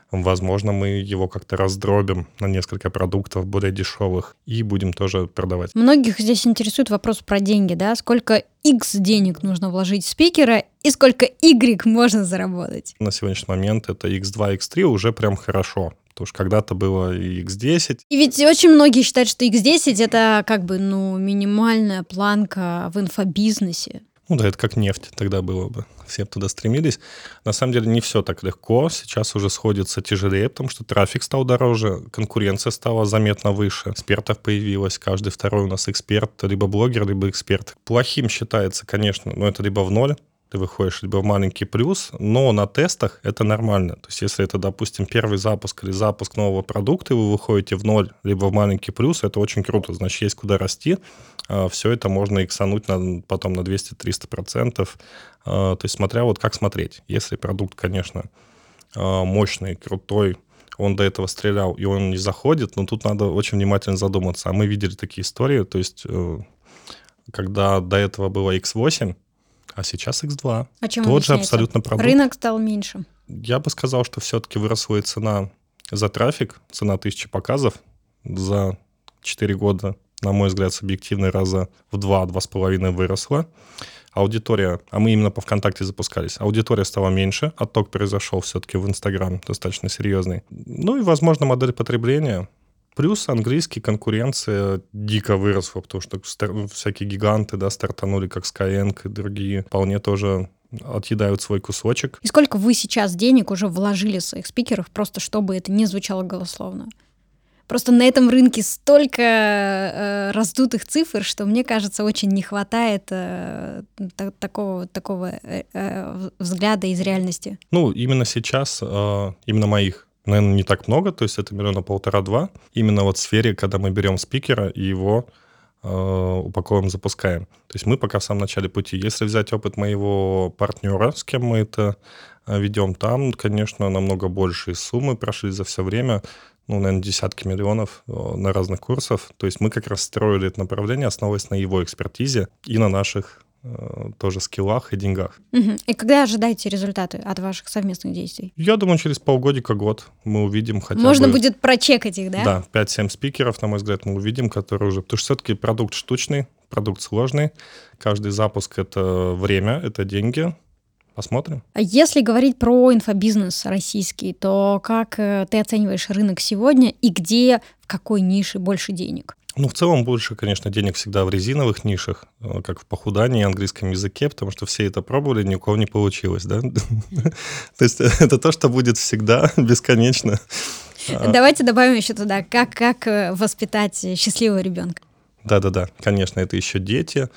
Возможно, мы его как-то раздробим на несколько продуктов более дешевых и будем тоже продавать. Многих здесь интересует вопрос про деньги, да? Сколько X денег нужно вложить в спикера и сколько Y можно заработать? На сегодняшний момент это икс два, икс три уже прям хорошо. Потому что когда-то было и икс десять. И ведь очень многие считают, что икс десять это как бы, ну, минимальная планка в инфобизнесе. Ну да, это как нефть тогда было бы. Все туда стремились. На самом деле не все так легко. Сейчас уже сходится тяжелее, потому что трафик стал дороже, конкуренция стала заметно выше, экспертов появилось. Каждый второй у нас эксперт, либо блогер, либо эксперт. Плохим считается, конечно, но это либо в ноль, ты выходишь либо в маленький плюс, но на тестах это нормально. То есть если это, допустим, первый запуск или запуск нового продукта, и вы выходите в ноль, либо в маленький плюс, это очень круто. Значит, есть куда расти. Все это можно иксануть на, потом на двести-триста процентов. То есть смотря вот как смотреть. Если продукт, конечно, мощный, крутой, он до этого стрелял, и он не заходит, но тут надо очень внимательно задуматься. А мы видели такие истории, то есть когда до этого было икс восемь, а сейчас икс два. А чем Тот же объясняется? абсолютно продукт. Рынок стал меньше. Я бы сказал, что все-таки выросла и цена за трафик, цена тысячи показов за четыре года, на мой взгляд, субъективно раза в два-два с половиной выросла. Аудитория, а мы именно по ВКонтакте запускались, аудитория стала меньше, отток произошел все-таки в Инстаграм достаточно серьезный. Ну и, возможно, модель потребления. Плюс английский, конкуренция дико выросла, потому что стар- всякие гиганты, да, стартанули, как Skyeng и другие, вполне тоже отъедают свой кусочек. И сколько вы сейчас денег уже вложили в своих спикеров, просто чтобы это не звучало голословно? Просто на этом рынке столько э, раздутых цифр, что, мне кажется, очень не хватает э, та- такого, такого э, э, взгляда из реальности. Ну, именно сейчас, э, именно моих, наверное, не так много, то есть это миллиона полтора-два. Именно вот в сфере, когда мы берем спикера и его э, упаковываем, запускаем. То есть мы пока в самом начале пути. Если взять опыт моего партнера, с кем мы это ведем, там, конечно, намного большие суммы прошли за все время. Ну, наверное, десятки миллионов на разных курсах. То есть мы как раз строили это направление, основываясь на его экспертизе и на наших э, тоже скиллах и деньгах. Угу. И когда ожидаете результаты от ваших совместных действий? Я думаю, через полгодика-год мы увидим хотя Можно бы... Можно будет прочекать их, да? Да, пять-семь спикеров, на мой взгляд, мы увидим, которые уже... Потому что все-таки продукт штучный, продукт сложный. Каждый запуск — это время, это деньги. Посмотрим. А если говорить про инфобизнес российский, то как ты оцениваешь рынок сегодня и где, в какой нише больше денег? Ну, в целом, больше, конечно, денег всегда в резиновых нишах, как в похудании и английском языке, потому что все это пробовали, ни у кого не получилось, да? То есть это то, что будет всегда, бесконечно. Давайте добавим еще туда, как, как воспитать счастливого ребенка. Да-да-да, конечно, это еще дети.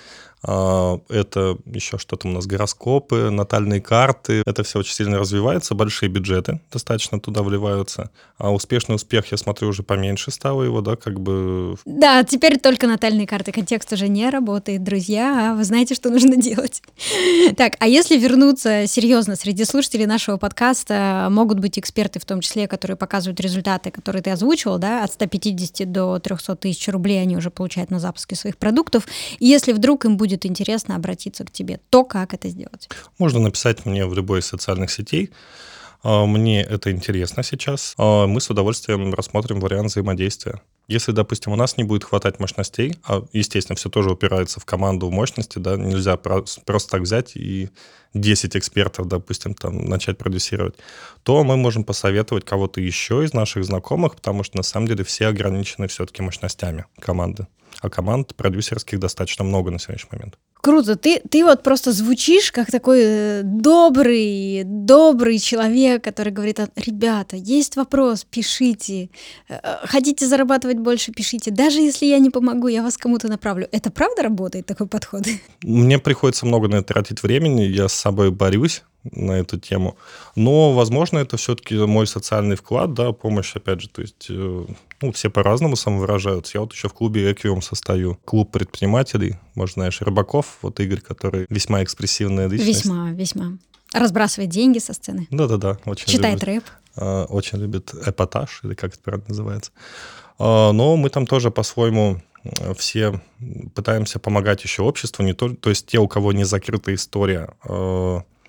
Это еще что-то у нас, гороскопы, натальные карты. Это все очень сильно развивается, большие бюджеты достаточно туда вливаются. А успешный успех, я смотрю, уже поменьше стало его, да, как бы... Да, теперь только натальные карты. Контекст уже не работает, друзья, а вы знаете, что нужно делать. Так, а если вернуться серьезно, среди слушателей нашего подкаста могут быть эксперты, в том числе, которые показывают результаты, которые ты озвучивал, да, от ста пятидесяти до трехсот тысяч рублей они уже получают на запуске своих продуктов. И если вдруг им будет будет интересно обратиться к тебе, то как это сделать? Можно написать мне в любой из социальных сетей. Мне это интересно сейчас. Мы с удовольствием рассмотрим вариант взаимодействия. Если, допустим, у нас не будет хватать мощностей, а, естественно, все тоже упирается в команду, в мощности, да, нельзя просто так взять и десять экспертов, допустим, там, начать продюсировать, то мы можем посоветовать кого-то еще из наших знакомых, потому что, на самом деле, все ограничены все-таки мощностями команды. А команд продюсерских достаточно много на сегодняшний момент. Круто. Ты, ты вот просто звучишь как такой добрый, добрый человек, который говорит: ребята, есть вопрос, пишите. Хотите зарабатывать больше, пишите. Даже если я не помогу, я вас кому-то направлю. Это правда работает, такой подход? Мне приходится много на это тратить времени, я с собой борюсь на эту тему. Но, возможно, это все-таки мой социальный вклад, да, помощь, опять же, то есть, ну, все по-разному самовыражаются. Я вот еще в клубе Эквиум состою. Клуб предпринимателей, может, знаешь, Рыбаков, вот Игорь, который весьма экспрессивная личность. Весьма, весьма. Разбрасывает деньги со сцены. Да-да-да. Очень читает любит, рэп. Очень любит эпатаж, или как это правильно называется. Но мы там тоже по-своему все пытаемся помогать еще обществу, не то, то есть те, у кого не закрыта история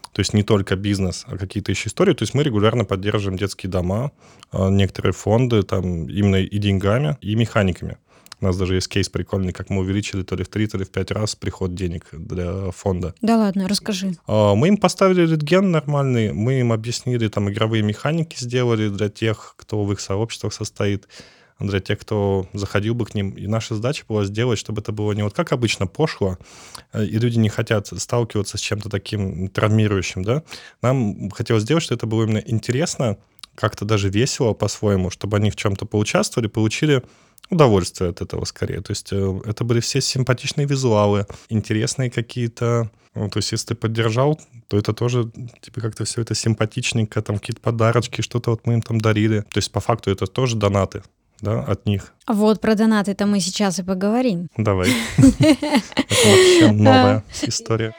То есть не только бизнес, а какие-то еще истории. То есть мы регулярно поддерживаем детские дома, некоторые фонды, там именно и деньгами, и механиками. У нас даже есть кейс прикольный, как мы увеличили то ли в три, то ли в пять раз приход денег для фонда. Да ладно, расскажи. Мы им поставили литген нормальный, мы им объяснили, там игровые механики сделали для тех, кто в их сообществах состоит, для тех, кто заходил бы к ним. И наша задача была сделать, чтобы это было не вот как обычно пошло, и люди не хотят сталкиваться с чем-то таким травмирующим, да. Нам хотелось сделать, что это было именно интересно, как-то даже весело по-своему, чтобы они в чем-то поучаствовали, получили удовольствие от этого скорее. То есть это были все симпатичные визуалы, интересные какие-то. Ну, то есть если ты поддержал, то это тоже типа как-то все это симпатичненько, там какие-то подарочки, что-то вот мы им там дарили. То есть по факту это тоже донаты, да, от них. Вот про донаты-то мы сейчас и поговорим. Давай. Это вообще новая история.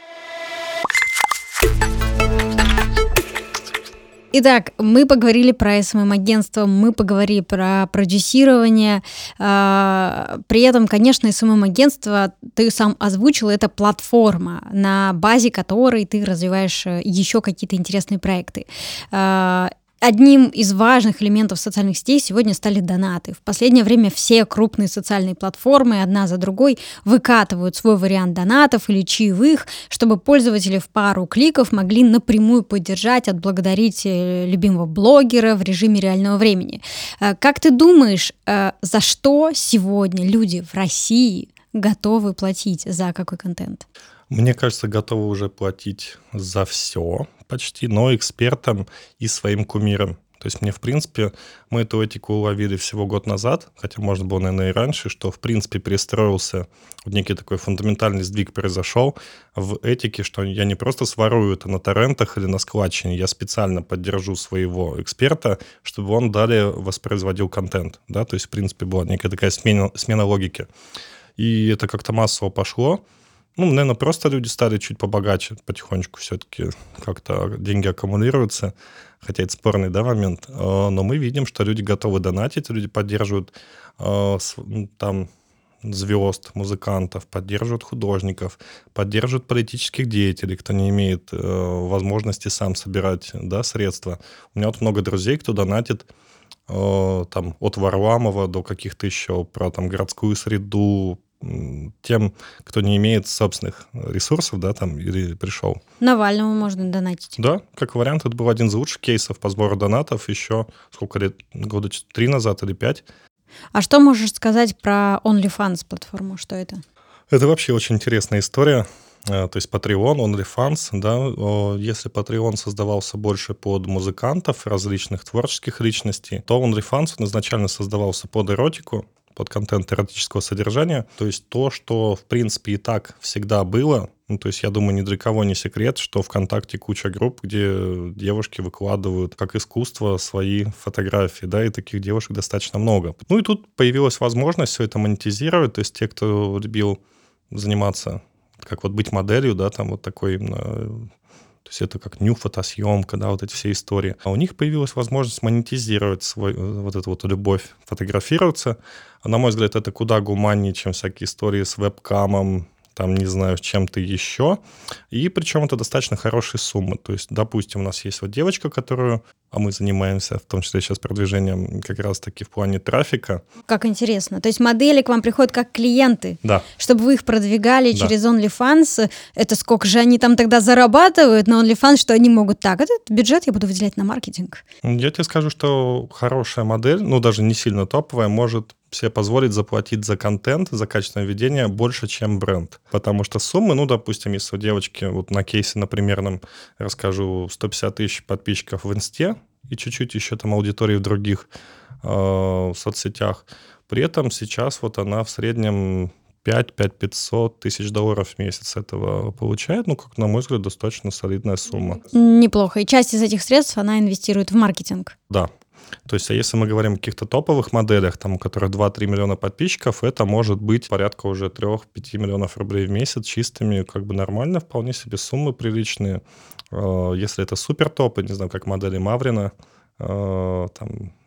Итак, мы поговорили про эс эм эм-агентство, мы поговорили про продюсирование. При этом, конечно, эс эм эм-агентство, ты сам озвучил, это платформа, на базе которой ты развиваешь еще какие-то интересные проекты. Одним из важных элементов социальных сетей сегодня стали донаты. В последнее время все крупные социальные платформы одна за другой выкатывают свой вариант донатов или чаевых, чтобы пользователи в пару кликов могли напрямую поддержать, отблагодарить любимого блогера в режиме реального времени. Как ты думаешь, за что сегодня люди в России готовы платить за какой контент? Мне кажется, готовы уже платить за все почти, но экспертам и своим кумирам. То есть мне, в принципе, мы эту этику уловили всего год назад, хотя можно было, наверное, и раньше, что, в принципе, перестроился, вот некий такой фундаментальный сдвиг произошел в этике, что я не просто сворую это на торрентах или на складчине, я специально поддержу своего эксперта, чтобы он далее воспроизводил контент. Да? То есть, в принципе, была некая такая смена, смена логики. И это как-то массово пошло. Ну, наверное, просто люди стали чуть побогаче, потихонечку все-таки как-то деньги аккумулируются, хотя это спорный, да, момент, но мы видим, что люди готовы донатить, люди поддерживают там звезд, музыкантов, поддерживают художников, поддерживают политических деятелей, кто не имеет возможности сам собирать, да, средства. У меня вот много друзей, кто донатит там от Варламова до каких-то еще про там городскую среду, тем, кто не имеет собственных ресурсов, да, там, или пришел. Навальному можно донатить. Да, как вариант, это был один из лучших кейсов по сбору донатов еще, сколько лет, года три назад или пять. А что можешь сказать про OnlyFans платформу, что это? Это вообще очень интересная история. То есть Patreon, OnlyFans, да, если Patreon создавался больше под музыкантов, различных творческих личностей, то OnlyFans изначально создавался под эротику, под контент эротического содержания, то есть то, что, в принципе, и так всегда было. Ну, то есть, я думаю, ни для кого не секрет, что ВКонтакте куча групп, где девушки выкладывают как искусство свои фотографии, да, и таких девушек достаточно много. Ну, и тут появилась возможность все это монетизировать, то есть те, кто любил заниматься, как вот быть моделью, да, там вот такой именно... То есть это как ню-фотосъемка, да, вот эти все истории. А у них появилась возможность монетизировать свой, вот эту вот любовь, фотографироваться. А на мой взгляд, это куда гуманнее, чем всякие истории с веб-камом, там, не знаю, с чем-то еще. И причем это достаточно хорошие суммы. То есть, допустим, у нас есть вот девочка, которую... А мы занимаемся, в том числе сейчас продвижением как раз-таки в плане трафика. Как интересно. То есть модели к вам приходят как клиенты, да, чтобы вы их продвигали, да, через OnlyFans. Это сколько же они там тогда зарабатывают на OnlyFans, что они могут так? Этот бюджет я буду выделять на маркетинг. Я тебе скажу, что хорошая модель, ну даже не сильно топовая, может себе позволить заплатить за контент, за качественное ведение больше, чем бренд. Потому что суммы, ну, допустим, если у девочки, вот на кейсе, например, нам расскажу, сто пятьдесят тысяч подписчиков в Инсте и чуть-чуть еще там аудитории в других э, соцсетях. При этом сейчас вот она в среднем пять-пять пятьсот тысяч долларов в месяц этого получает. Ну, как на мой взгляд, достаточно солидная сумма. Неплохо. И часть из этих средств она инвестирует в маркетинг. Да. То есть, а если мы говорим о каких-то топовых моделях, там, у которых два-три миллиона подписчиков, это может быть порядка уже три-пять миллионов рублей в месяц чистыми, как бы нормально, вполне себе суммы приличные. Если это супер топы, не знаю, как модели Маврина, там,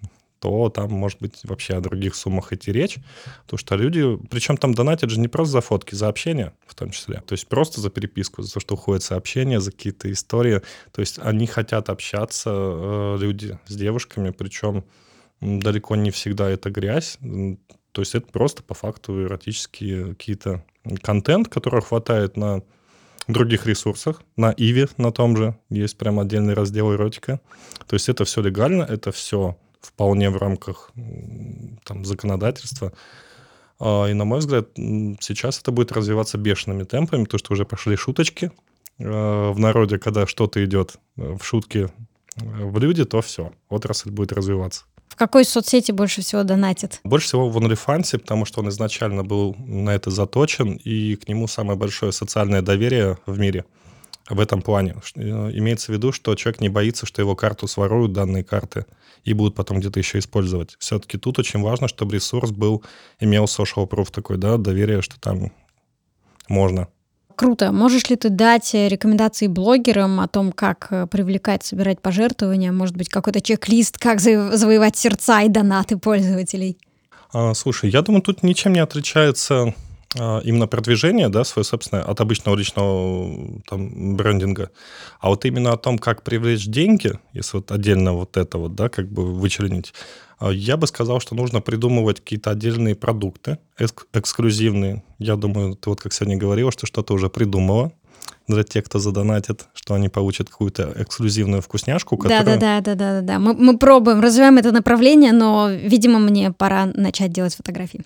то там, может быть, вообще о других суммах идти речь. Потому что люди... Причем там донатят же не просто за фотки, за общение в том числе. То есть просто за переписку, за то, что уходит сообщения, за какие-то истории. То есть они хотят общаться, э, люди, с девушками, причем далеко не всегда это грязь. То есть это просто по факту эротические какие-то контент, которого хватает на других ресурсах. На Иви на том же есть прям отдельный раздел эротика. То есть это все легально, это все вполне в рамках там, законодательства. И, на мой взгляд, сейчас это будет развиваться бешеными темпами, потому что уже пошли шуточки в народе, когда что-то идет в шутки в люди, то все, отрасль будет развиваться. В какой соцсети больше всего донатят? Больше всего в OnlyFans, потому что он изначально был на это заточен, и к нему самое большое социальное доверие в мире в этом плане. Имеется в виду, что человек не боится, что его карту своруют, данные карты, и будут потом где-то еще использовать. Все-таки тут очень важно, чтобы ресурс был, имел social proof такой, да, доверие, что там можно. Круто. Можешь ли ты дать рекомендации блогерам о том, как привлекать, собирать пожертвования? Может быть, какой-то чек-лист, как завоевать сердца и донаты пользователей? А, слушай, я думаю, тут ничем не отличается а, именно продвижение, да, свое собственное, от обычного личного там, брендинга. А вот именно о том, как привлечь деньги, если вот отдельно вот это вот, да, как бы вычленить, я бы сказал, что нужно придумывать какие-то отдельные продукты, экск- эксклюзивные. Я думаю, ты вот как сегодня говорила, что что-то уже придумала для тех, кто задонатит, что они получат какую-то эксклюзивную вкусняшку, которую... Да-да-да-да-да-да. Мы, мы пробуем, развиваем это направление, но, видимо, мне пора начать делать фотографии.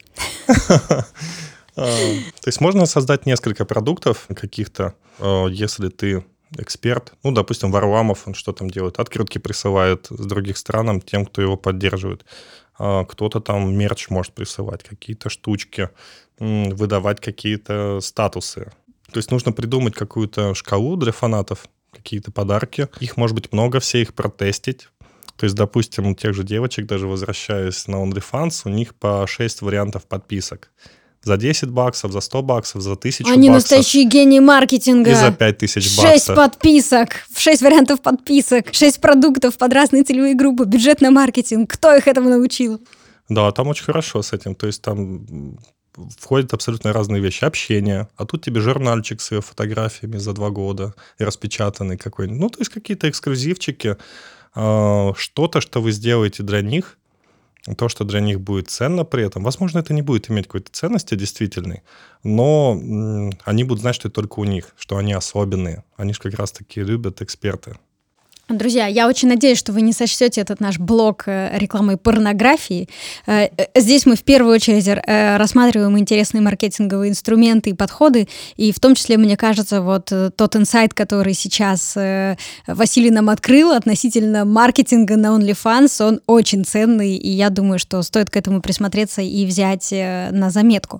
То есть можно создать несколько продуктов каких-то, если ты эксперт, ну, допустим, Варламов, он что там делает? Открытки присылает с других стран тем, кто его поддерживает. Кто-то там мерч может присылать, какие-то штучки, выдавать какие-то статусы. То есть нужно придумать какую-то шкалу для фанатов, какие-то подарки. Их может быть много, все их протестить. То есть, допустим, у тех же девочек, даже возвращаясь на OnlyFans, у них по шесть вариантов подписок. За десять баксов, за сто баксов, за тысячу Они баксов. Они настоящие гении маркетинга. И за пять тысяч баксов. Шесть подписок, шесть вариантов подписок, шесть продуктов под разные целевые группы, бюджет на маркетинг. Кто их этому научил? Да, там очень хорошо с этим. То есть там входят абсолютно разные вещи. Общение. А тут тебе журнальчик с ее фотографиями за два года и распечатанный какой-нибудь. Ну, то есть какие-то эксклюзивчики. Что-то, что вы сделаете для них, то, что для них будет ценно при этом. Возможно, это не будет иметь какой-то ценности действительной, но м, они будут знать, что это только у них, что они особенные. Они же как раз-таки любят эксперты. Друзья, я очень надеюсь, что вы не сочтете этот наш блог рекламой порнографии. Здесь мы в первую очередь рассматриваем интересные маркетинговые инструменты и подходы, и в том числе, мне кажется, вот тот инсайт, который сейчас Василий нам открыл относительно маркетинга на OnlyFans, он очень ценный, и я думаю, что стоит к этому присмотреться и взять на заметку.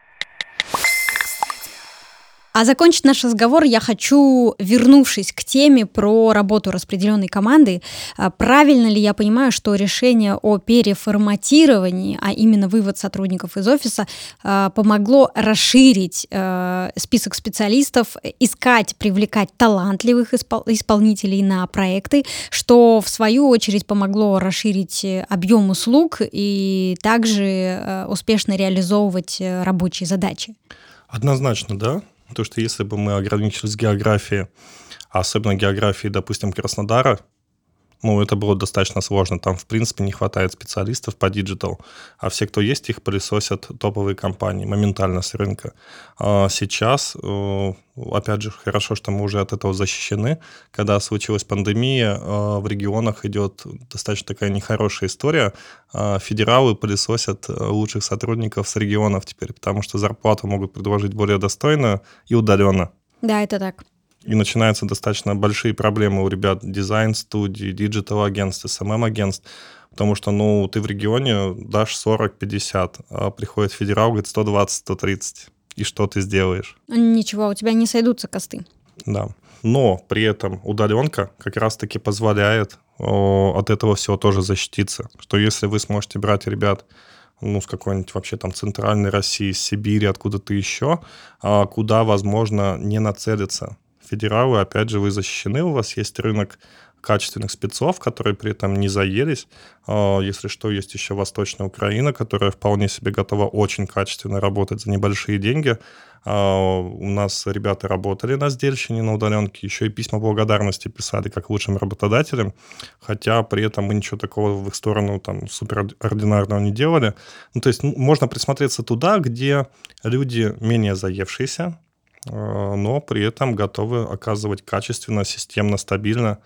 А закончить наш разговор я хочу, вернувшись к теме про работу распределенной команды. Правильно ли я понимаю, что решение о переформатировании, а именно вывод сотрудников из офиса, помогло расширить список специалистов, искать, привлекать талантливых испол- исполнителей на проекты, что в свою очередь помогло расширить объем услуг и также успешно реализовывать рабочие задачи? Однозначно, да. Потому что если бы мы ограничились географией, а особенно географией, допустим, Краснодара, ну, это было достаточно сложно. Там, в принципе, не хватает специалистов по диджитал, а все, кто есть, их пылесосят топовые компании моментально с рынка. А сейчас, опять же, хорошо, что мы уже от этого защищены. Когда случилась пандемия, в регионах идет достаточно такая нехорошая история. Федералы пылесосят лучших сотрудников с регионов теперь, потому что зарплату могут предложить более достойно и удаленно. Да, это так. И начинаются достаточно большие проблемы у ребят дизайн-студий, диджитал-агентств, эс эм эм-агентств, потому что, ну, ты в регионе дашь сорок-пятьдесят, а приходит федерал, говорит сто двадцать - сто тридцать. И что ты сделаешь? Ничего, у тебя не сойдутся косты. Да. Но при этом удаленка как раз-таки позволяет о, от этого всего тоже защититься. Что если вы сможете брать ребят, ну, с какой-нибудь вообще там центральной России, с Сибири, откуда-то еще, а, куда, возможно, не нацелиться федералы, опять же, вы защищены, у вас есть рынок, качественных спецов, которые при этом не заелись. Если что, есть еще Восточная Украина, которая вполне себе готова очень качественно работать за небольшие деньги. У нас ребята работали на сдельщине, на удаленке, еще и письма благодарности писали как лучшим работодателям, хотя при этом мы ничего такого в их сторону там суперординарного не делали. Ну, то есть можно присмотреться туда, где люди менее заевшиеся, но при этом готовы оказывать качественно, системно, стабильно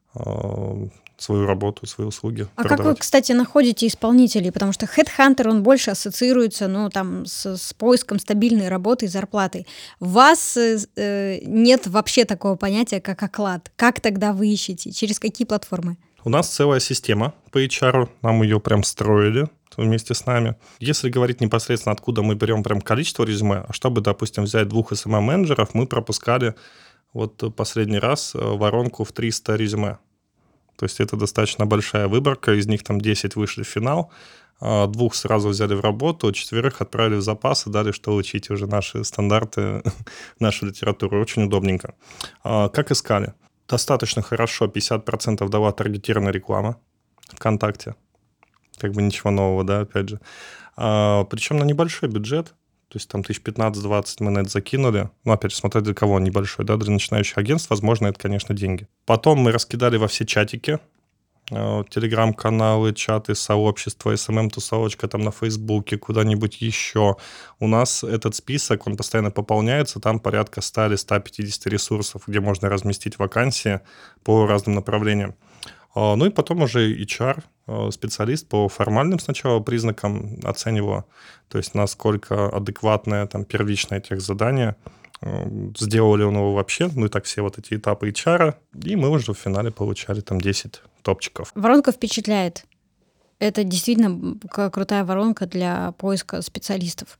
свою работу, свои услуги. А продавать. как вы, кстати, находите исполнителей? Потому что HeadHunter, он больше ассоциируется, ну, там, с, с поиском стабильной работы и зарплаты. У вас э, нет вообще такого понятия, как оклад. Как тогда вы ищете? Через какие платформы? У нас целая система по эйч ар, нам ее прям строили вместе с нами. Если говорить непосредственно, откуда мы берем прям количество резюме, а чтобы, допустим, взять двух эс эм эм-менеджеров, мы пропускали вот последний раз воронку в триста резюме. То есть это достаточно большая выборка, из них там десять вышли в финал, двух сразу взяли в работу, четверых отправили в запас и дали, что учить уже наши стандарты, нашу литературу. Очень удобненько. Как искали? Достаточно хорошо, пятьдесят процентов дала таргетированная реклама ВКонтакте. Как бы ничего нового, да, опять же. Причем на небольшой бюджет. То есть там тысяч пятнадцать-двадцать мы на это закинули. Ну, опять же, смотря для кого он небольшой, да, для начинающих агентств, возможно, это, конечно, деньги. Потом мы раскидали во все чатики, телеграм-каналы, чаты, сообщества, эс эм эм-тусовочка там на Фейсбуке, куда-нибудь еще. У нас этот список, он постоянно пополняется, там порядка сто или сто пятьдесят ресурсов, где можно разместить вакансии по разным направлениям. Ну и потом уже эйч ар, специалист по формальным сначала признакам оценивал, то есть насколько адекватное там первичное техзадание, сделали он его вообще, ну и так все вот эти этапы эйч ар, и мы уже в финале получали там десять топчиков. Воронка впечатляет. Это действительно крутая воронка для поиска специалистов.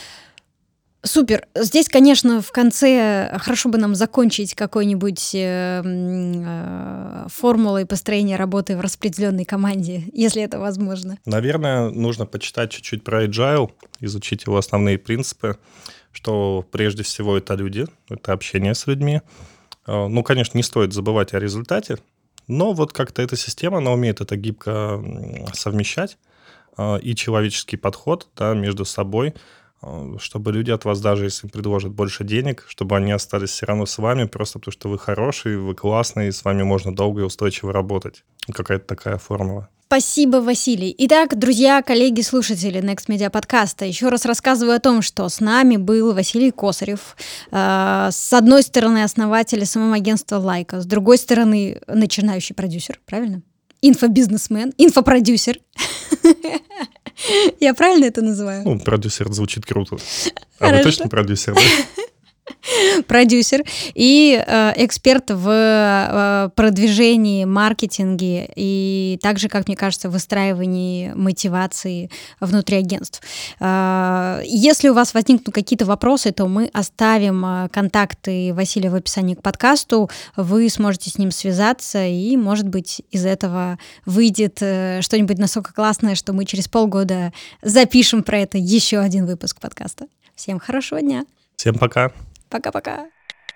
Супер. Здесь, конечно, в конце хорошо бы нам закончить какой-нибудь э, э, формулой построения работы в распределенной команде, если это возможно. Наверное, нужно почитать чуть-чуть про Agile, изучить его основные принципы, что прежде всего это люди, это общение с людьми. Ну, конечно, не стоит забывать о результате, но вот как-то эта система, она умеет это гибко совмещать, и человеческий подход, да, между собой, чтобы люди от вас, даже если им предложат больше денег, чтобы они остались все равно с вами, просто потому что вы хороший, вы классный, и с вами можно долго и устойчиво работать. Какая-то такая формула. Спасибо, Василий. Итак, друзья, коллеги, слушатели Next Media подкаста, еще раз рассказываю о том, что с нами был Василий Косарев, э, с одной стороны основатель эс эм эм-агентства Лайка, с другой стороны начинающий продюсер, правильно? Инфобизнесмен, инфопродюсер. Я правильно это называю? Ну, продюсер звучит круто. А вы точно продюсер, да? Продюсер и э, эксперт в э, продвижении, маркетинге и также, как мне кажется, выстраивании мотивации внутри агентств. Э, если у вас возникнут какие-то вопросы, то мы оставим контакты Василия в описании к подкасту, вы сможете с ним связаться, и, может быть, из этого выйдет э, что-нибудь настолько классное, что мы через полгода запишем про это еще один выпуск подкаста. Всем хорошего дня! Всем пока! Пока-пока.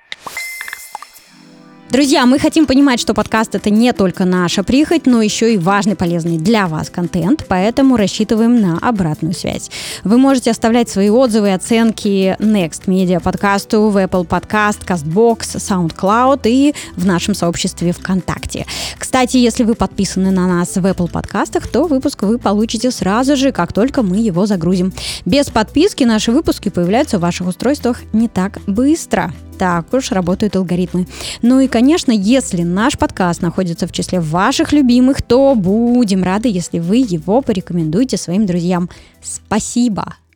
Друзья, мы хотим понимать, что подкаст — это не только наша прихоть, но еще и важный, полезный для вас контент, поэтому рассчитываем на обратную связь. Вы можете оставлять свои отзывы и оценки Next Media подкасту в Apple Podcast, CastBox, SoundCloud и в нашем сообществе ВКонтакте. Кстати, если вы подписаны на нас в Apple подкастах, то выпуск вы получите сразу же, как только мы его загрузим. Без подписки наши выпуски появляются в ваших устройствах не так быстро. Так уж работают алгоритмы. Ну и, конечно, если наш подкаст находится в числе ваших любимых, то будем рады, если вы его порекомендуете своим друзьям. Спасибо!